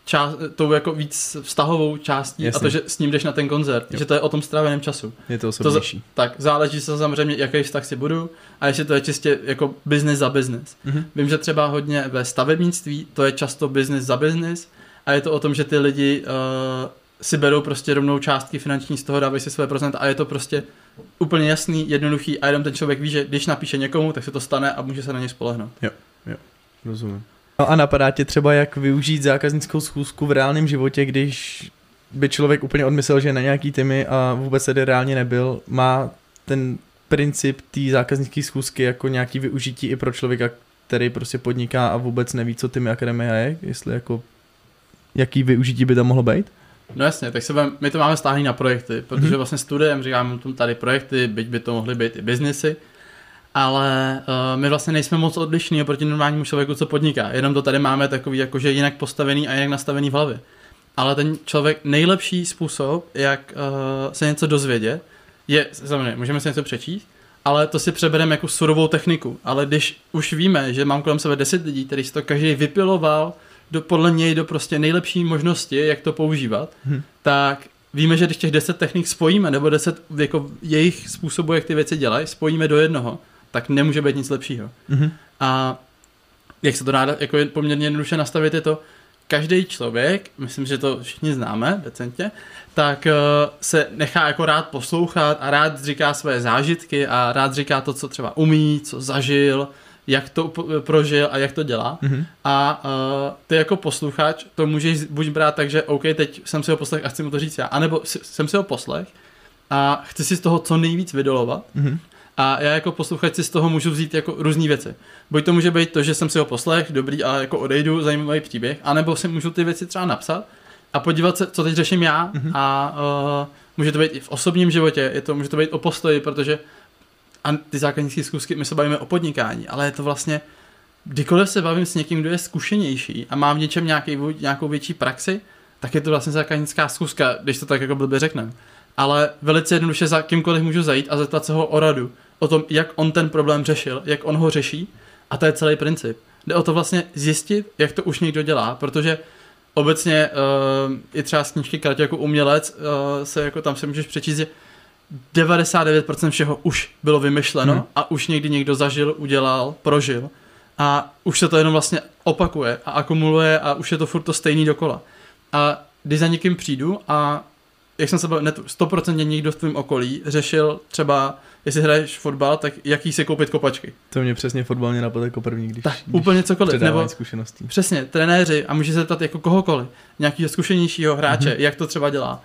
část, tou jako víc vztahovou částí. Jasně. A to, že s ním jdeš na ten koncert, jo. Že to je o tom stráveném času. Je to osobnější. To, tak, záleží se samozřejmě, jaký vztah si budu a jestli to je čistě jako business za business. Mm-hmm. Vím, že třeba hodně ve stavebnictví to je často business za business a je to o tom, že ty lidi uh, si berou prostě rovnou částky finanční z toho, dávají si své procenta a je to prostě úplně jasný, jednoduchý a jenom ten člověk ví, že když napíše někomu, tak se to stane a může se na něj spolehnout. Jo, jo, rozumím. No a napadá tě třeba, jak využít zákaznickou schůzku v reálném životě, když by člověk úplně odmyslel, že je na nějaký týmy a vůbec tady reálně nebyl, má ten princip té zákaznické schůzky jako nějaký využití i pro člověka, který prostě podniká a vůbec neví, co týmy akademia je, jestli jako, jaký využití by tam mohlo být? No jasně, tak se vám, my to máme stáhný na projekty, protože mm-hmm. vlastně studiem říkáme tady projekty, byť by to mohly být i biznesy, ale uh, my vlastně nejsme moc odlišní oproti normálnímu člověku, co podniká, jenom to tady máme takový jakože jinak postavený a jinak nastavený v hlavě. Ale ten člověk, nejlepší způsob, jak uh, se něco dozvědět, je, samozřejmě, můžeme si něco přečíst, ale to si přebereme jako surovou techniku. Ale když už víme, že mám kolem sebe deset lidí, který si to každý vypiloval do, podle něj do prostě nejlepší možnosti, jak to používat, hmm. tak víme, že když těch deset technik spojíme, nebo deset jako jejich způsobů, jak ty věci dělají, spojíme do jednoho, tak nemůže být nic lepšího. Hmm. A jak se to dá jako poměrně jednoduše nastavit, je to, každý člověk, myslím, že to všichni známe decentně, tak uh, se nechá jako rád poslouchat a rád říká své zážitky a rád říká to, co třeba umí, co zažil, jak to prožil a jak to dělá. Mm-hmm. A uh, ty jako posluchač to můžeš buď brát tak, že OK, teď jsem si ho poslech a chci mu to říct já, anebo jsem si ho poslech a chci si z toho co nejvíc vydolovat. Mm-hmm. A já jako posluchač si z toho můžu vzít jako různý věci. Buď to může být to, že jsem si ho poslech, dobrý, a jako odejdu, zajímavý příběh, anebo si můžu ty věci třeba napsat a podívat se, co teď řeším já. Mm-hmm. A uh, může to být i v osobním životě, je to, může to být o postoji, protože a ty základnické zkusky, my se bavíme o podnikání, ale je to vlastně, kdykoliv se bavím s někým, kdo je zkušenější a má v něčem nějaký, nějakou větší praxi, tak je to vlastně základnická zkuska, když to tak jako blbě řekneme. Ale velice jednoduše za kýmkoliv můžu zajít a zeptat se ho o radu, o tom, jak on ten problém řešil, jak on ho řeší, a to je celý princip. Jde o to vlastně zjistit, jak to už někdo dělá, protože obecně uh, i třeba z knížky Karate jako umělec, uh, se jako tam se můžeš přečíst, že devadesát devět procent všeho už bylo vymyšleno hmm. a už někdy někdo zažil, udělal, prožil a už se to jenom vlastně opakuje a akumuluje a už je to furt to stejný dokola. A když za někým přijdu a jak jsem se bavil, sto procent někdo v tvém okolí řešil třeba, jestli hraješ fotbal, tak jaký si koupit kopačky. To mě přesně fotbal mě napadl jako první, když, tak, když úplně cokoliv, nebo zkušeností. Přesně, trenéři a může se zeptat jako kohokoliv, nějakého zkušenějšího hráče, mm-hmm. jak to třeba dělá.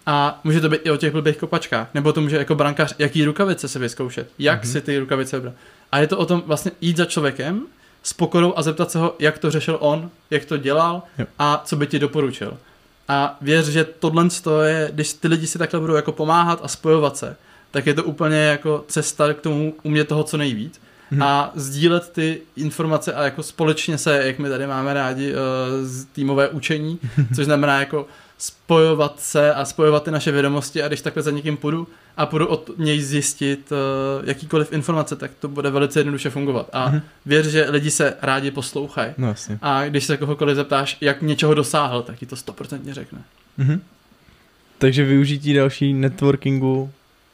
A může to být i o těch blbých kopačkách, nebo to může jako brankář, jaký rukavice se vyzkoušet, jak mm-hmm. si ty rukavice vybrat. A je to o tom vlastně jít za člověkem s pokorou a zeptat se ho, jak to řešil on, jak to dělal jo. a co by ti doporučil. A věř, že tohle je, když ty lidi si takhle budou jako pomáhat a spojovat se, tak je to úplně jako cesta k tomu umět toho co nejvíc. Hmm. A sdílet ty informace a jako společně se, jak my tady máme rádi, uh, týmové učení, což znamená jako spojovat se a spojovat ty naše vědomosti a když takhle za někým půjdu a půjdu od něj zjistit uh, jakýkoliv informace, tak to bude velice jednoduše fungovat. A hmm. věř, že lidi se rádi poslouchají. No, jasně. A když se kohokoliv zeptáš, jak něčeho dosáhl, tak ti to stoprocentně řekne. Hmm. Takže využití další networkingu,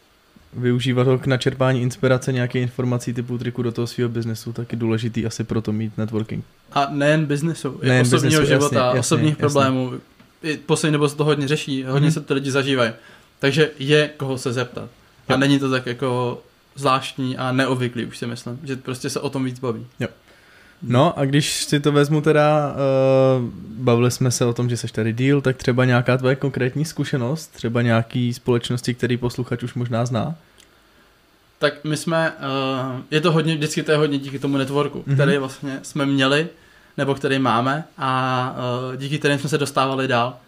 využívat ho k načerpání inspirace, nějaké informací typu triku do toho svého biznesu, tak je důležitý asi proto mít networking. A nejen biznesu, i nejen osobního biznesu, života, jasně, osobních jasně, problémů. Jasně. Poslední dobou se to hodně řeší, hodně mm-hmm. se to lidi zažívají. Takže je koho se zeptat. A jo. Není to tak jako zvláštní a neobvyklý, už si myslím, že prostě se o tom víc baví. Jo. No a když si to vezmu teda, uh, bavili jsme se o tom, že seš tady díl, tak třeba nějaká tvoje konkrétní zkušenost, třeba nějaký společnosti, který posluchač už možná zná? Tak my jsme, uh, je to hodně, vždycky to je hodně díky tomu networku, mm-hmm. který vlastně jsme měli, nebo který máme a uh, díky kterým jsme se dostávali dál.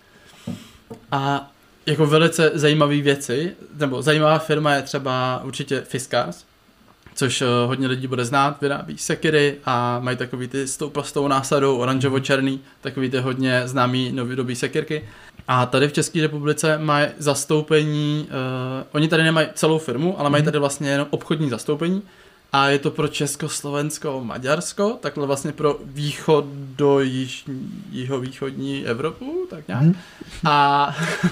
A jako velice zajímavé věci, nebo zajímavá firma je třeba určitě Fiskars, což uh, hodně lidí bude znát, vyrábí sekiry a mají takový ty s tou plastovou násadou, oranžovo-černý, takový ty hodně známý novodobý sekirky. A tady v České republice mají zastoupení, uh, oni tady nemají celou firmu, ale mají tady vlastně jenom obchodní zastoupení a je to pro Česko, Slovensko, Maďarsko, takhle vlastně pro východ do již, jihovýchodní Evropu, tak nějak. Mm. A,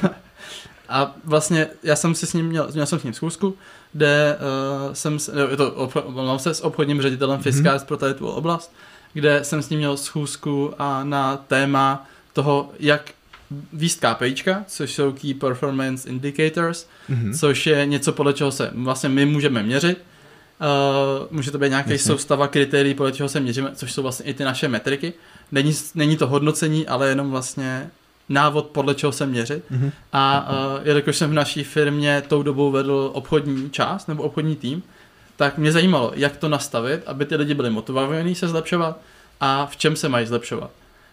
a vlastně já jsem si s ním měl, měl jsem s ním schůzku, kde uh, jsem, je to obchod, mám se s obchodním ředitelem Fiskars mm. pro tady tu oblast, kde jsem s ním měl schůzku a na téma toho, jak výst KPIčka, což jsou Key Performance Indicators, mm-hmm. což je něco, podle čeho se vlastně my můžeme měřit. Uh, může to být nějaký Jasně. soustava kritérií, podle čeho se měříme, což jsou vlastně i ty naše metriky. Není, není to hodnocení, ale jenom vlastně návod, podle čeho se měřit. Mm-hmm. A uh, jelikož jsem v naší firmě tou dobou vedl obchodní část nebo obchodní tým, tak mě zajímalo, jak to nastavit, aby ty lidi byli motivovaní se zlepšovat a v čem se mají zlepšovat.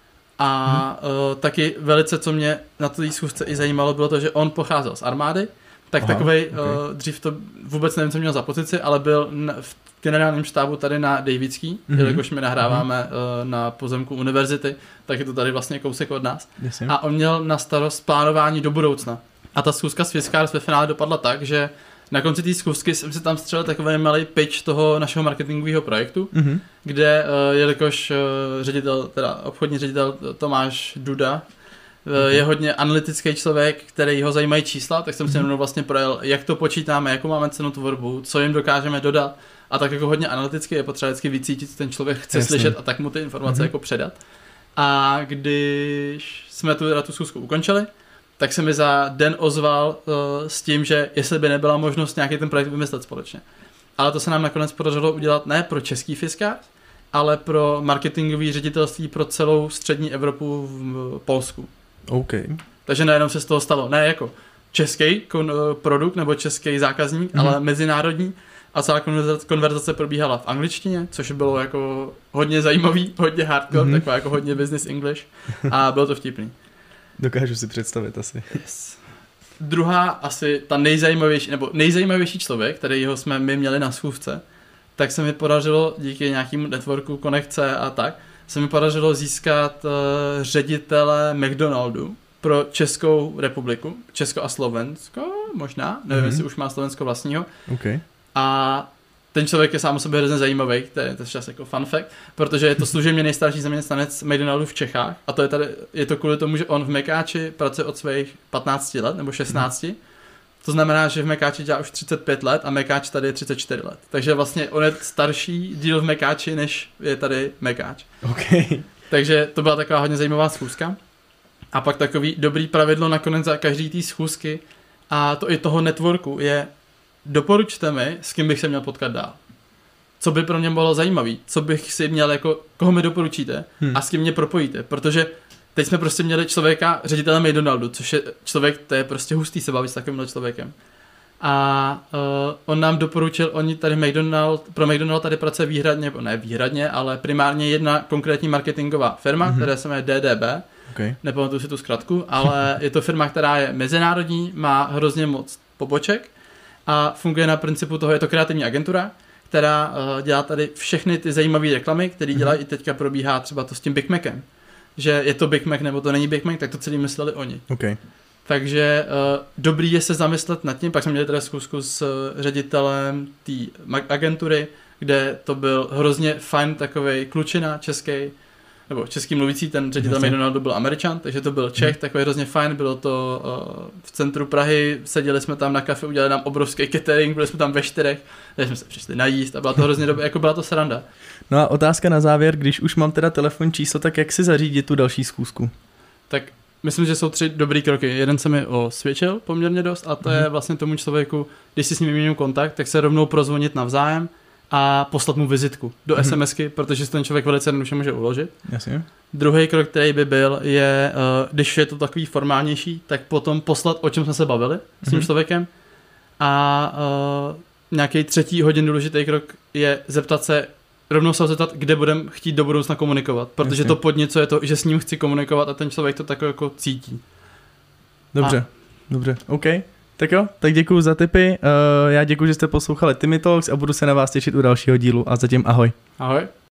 A hmm. uh, taky velice, co mě na té schůzce i zajímalo, bylo to, že on pocházel z armády, tak Aha, takovej, okay. uh, dřív to vůbec nevím, co měl za pozici, ale byl na, v generálním štábu tady na Davidský, mm-hmm. jelikož my nahráváme mm-hmm. uh, na pozemku univerzity, tak je to tady vlastně kousek od nás. Jasně. A on měl na starost plánování do budoucna. A ta schůzka s Fiskars ve finále dopadla tak, že na konci té schůzky jsem si tam střelil takový malý pitch toho našeho marketingového projektu, mm-hmm. kde, uh, jelikož uh, ředitel, teda obchodní ředitel Tomáš Duda, mm-hmm. je hodně analytický člověk, který ho zajímají čísla, tak jsem mm-hmm. si jenom vlastně projel, jak to počítáme, jakou máme cenotvorbu, co jim dokážeme dodat a tak jako hodně analyticky je potřeba vždycky vycítit, co ten člověk chce Jasně. slyšet a tak mu ty informace mm-hmm. jako předat. A když jsme tu, tu schůzku ukončili, tak se mi za den ozval uh, s tím, že jestli by nebyla možnost nějaký ten projekt vymyslet společně. Ale to se nám nakonec podařilo udělat ne pro český Fiskars, ale pro marketingové ředitelství pro celou střední Evropu v Polsku. OK. Takže najednou se z toho stalo ne jako český kon- produkt nebo český zákazník, mm-hmm. ale mezinárodní a celá konverzace probíhala v angličtině, což bylo jako hodně zajímavý, hodně hardcore, mm-hmm. taková jako hodně business English a bylo to vtipný. Dokážu si představit asi. Yes. Druhá, asi ta nejzajímavější, nebo nejzajímavější člověk, kterýho jsme my měli na schůzce, tak se mi podařilo díky nějakému networku, konekce a tak, se mi podařilo získat uh, ředitele McDonaldu pro Českou republiku, Česko a Slovensko, možná, nevím, mm-hmm. jestli už má Slovensko vlastního. Okay. A ten člověk je sám o sobě hrozně zajímavý, to je, to je čas jako fun fact, protože je to služebně nejstarší zaměstnanec McDonaldu v Čechách a to je tady, je to kvůli tomu, že on v Mekáči pracuje od svých patnácti let nebo šestnácti. Hmm. To znamená, že v Mekáči dělá už třicet pět let a Mekáč tady je třicet čtyři let. Takže vlastně on je starší díl v Mekáči, než je tady Mekáč. Okay. Takže to byla taková hodně zajímavá schůzka. A pak takový dobrý pravidlo nakonec za každý té schůzky a to i toho networku je: doporučte mi, s kým bych se měl potkat dál. Co by pro mě bylo zajímavý, co bych si měl jako, koho mi doporučíte hmm. a s kým mě propojíte, protože teď jsme prostě měli člověka, ředitele McDonaldu, což je člověk, to je prostě hustý se bavit s takovýmhle člověkem. A uh, on nám doporučil, oni tady McDonald, pro McDonald tady pracuje výhradně, ne výhradně, ale primárně jedna konkrétní marketingová firma, hmm. která se jmenuje D D B, okay. Nepamatuju si tu zkratku, ale je to firma, která je mezinárodní, má hrozně moc poboček, a funguje na principu toho, je to kreativní agentura, která uh, dělá tady všechny ty zajímavé reklamy, které dělají mm-hmm. i teďka probíhá třeba to s tím Big Macem. Že je to Big Mac nebo to není Big Mac, tak to celý mysleli oni. Okay. Takže uh, dobrý je se zamyslet nad tím, pak jsme měli teda zkusku s uh, ředitelem té agentury, kde to byl hrozně fajn takovej klučina český, nebo český mluvící, ten ředitel McDonaldu byl Američan, takže to byl Čech, hmm. takový hrozně fajn, bylo to uh, v centru Prahy, seděli jsme tam na kafe, udělali nám obrovský catering, byli jsme tam ve čtyřech, takže jsme se přišli najíst a byla to hrozně dobré, jako byla to sranda. No a otázka na závěr, když už mám teda telefonní číslo, tak jak si zařídit tu další schůzku? Tak myslím, že jsou tři dobrý kroky. Jeden se mi osvědčil poměrně dost a to hmm. je vlastně tomu člověku, když si s ním vyměním kontakt, tak se rovnou prozvonit navzájem a poslat mu vizitku do mm-hmm. SMSky, protože si ten člověk velice jednoduše může uložit. Jasně. Druhý krok, který by byl, je, uh, když je to takový formálnější, tak potom poslat, o čem jsme se bavili s tím mm-hmm. člověkem. A uh, nějaký třetí hodně důležitý krok je zeptat se, rovnou se zeptat, kde budeme chtít do budoucna komunikovat, protože Jasně. to podněcuje to, že s ním chci komunikovat a ten člověk to tak jako cítí. Dobře, a... dobře, OK. Tak jo, tak děkuju za tipy, uh, já děkuju, že jste poslouchali Timmy Talks a budu se na vás těšit u dalšího dílu a zatím ahoj. Ahoj.